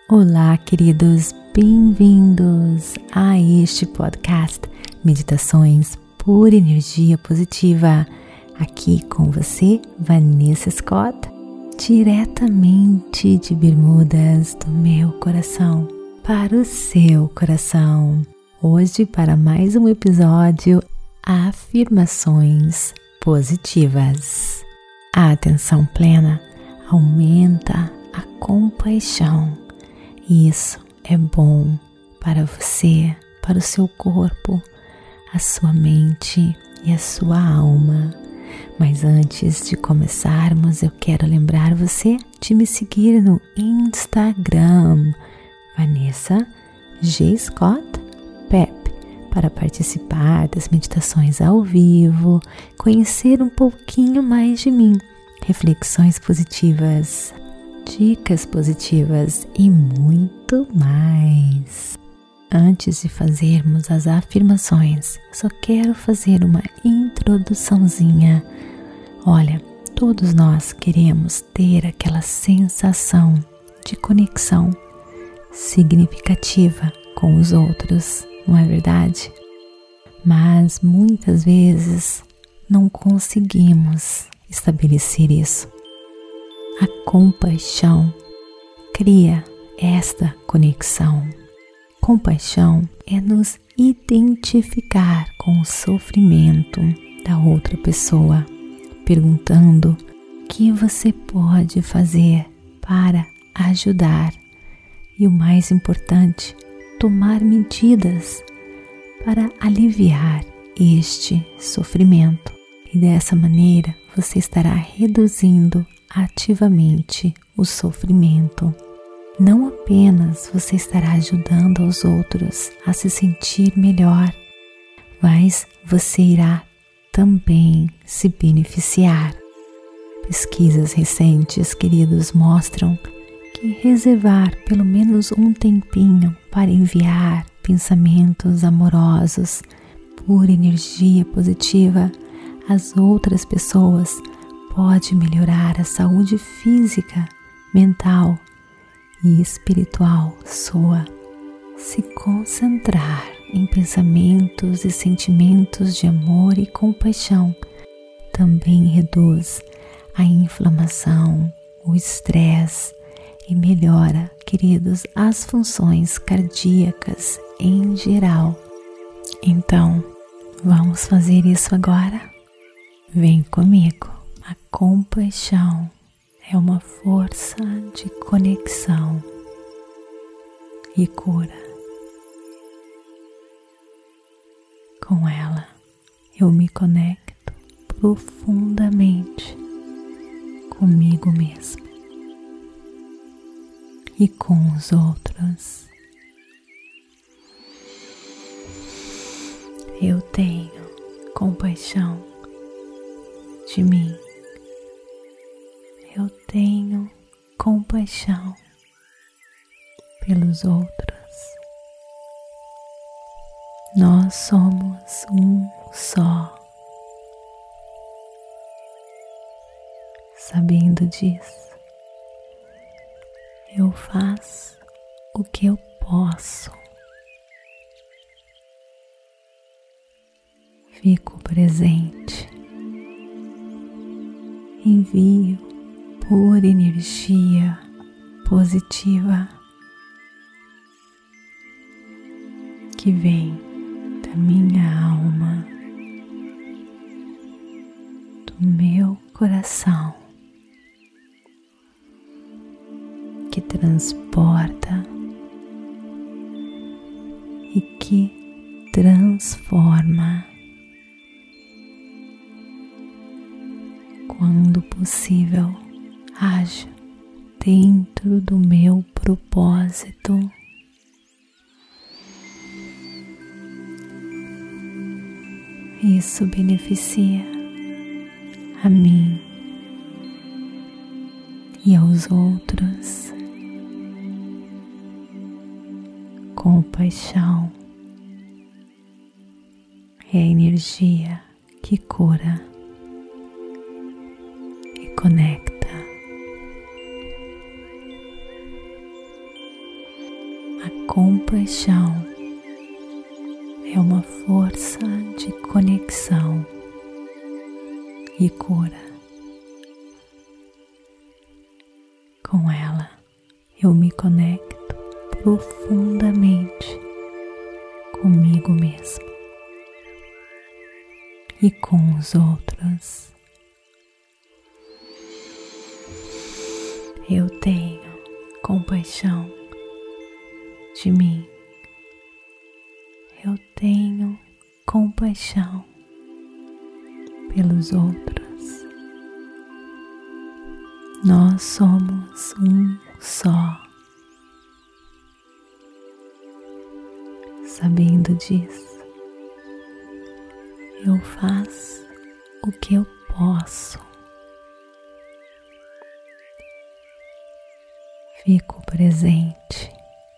Olá, queridos, bem-vindos a este podcast Meditações por Energia Positiva. Aqui com você, Vanessa Scott, diretamente de Bermudas, do meu coração para o seu coração. Hoje, para mais um episódio, afirmações positivas. A atenção plena aumenta a compaixão. Isso é bom para você, para o seu corpo, a sua mente e a sua alma. Mas antes de começarmos, eu quero lembrar você de me seguir no Instagram, Vanessa G. Scott Pep, para participar das meditações ao vivo, conhecer um pouquinho mais de mim, reflexões positivas, dicas positivas e muito mais. Antes de fazermos as afirmações, só quero fazer uma introduçãozinha. Olha, todos nós queremos ter aquela sensação de conexão significativa com os outros, não é verdade? Mas muitas vezes não conseguimos estabelecer isso. A compaixão cria esta conexão. Compaixão é nos identificar com o sofrimento da outra pessoa, perguntando o que você pode fazer para ajudar e, o mais importante, tomar medidas para aliviar este sofrimento. E dessa maneira você estará reduzindo ativamente o sofrimento. Não apenas você estará ajudando aos outros a se sentir melhor, mas você irá também se beneficiar. Pesquisas recentes, queridos, mostram que reservar pelo menos um tempinho para enviar pensamentos amorosos por energia positiva às outras pessoas pode melhorar a saúde física, mental e espiritual sua. Se concentrar em pensamentos e sentimentos de amor e compaixão também reduz a inflamação, o estresse e melhora, queridos, as funções cardíacas em geral. Então, vamos fazer isso agora? Vem comigo. A compaixão é uma força de conexão e cura. Com ela, eu me conecto profundamente comigo mesmo e com os outros. Eu tenho compaixão de mim. Eu tenho compaixão pelos outros. Nós somos um só. Sabendo disso, eu faço o que eu posso. Fico presente. Envio por energia positiva que vem da minha alma, do meu coração, que transporta e que transforma. Quando possível, haja dentro do meu propósito. Isso beneficia a mim e aos outros. Compaixão é a energia que cura e conecta. compaixão é uma força de conexão e cura. Com ela, eu me conecto profundamente comigo mesmo e com os outros. Eu tenho compaixão de mim. Eu tenho compaixão pelos outros. Nós somos um só. Sabendo disso, eu faço o que eu posso. Fico presente.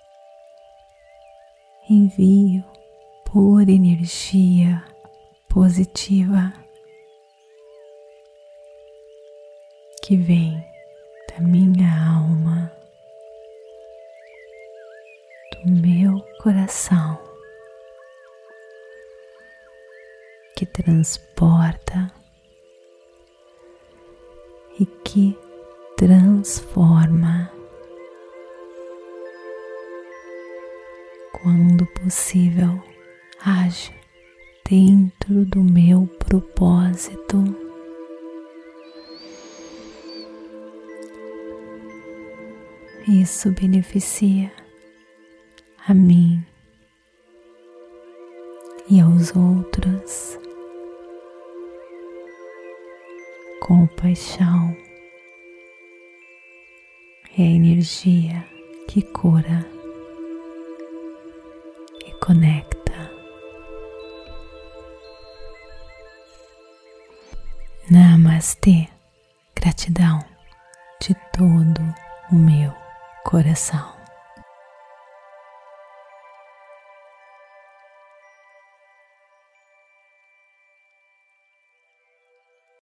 Envio pura energia positiva que vem da minha alma, do meu coração, que transporta e que transforma. Quando possível, ajo dentro do meu propósito. Isso beneficia a mim e aos outros. Compaixão é a energia que cura e conecta. Namastê, gratidão de todo o meu coração.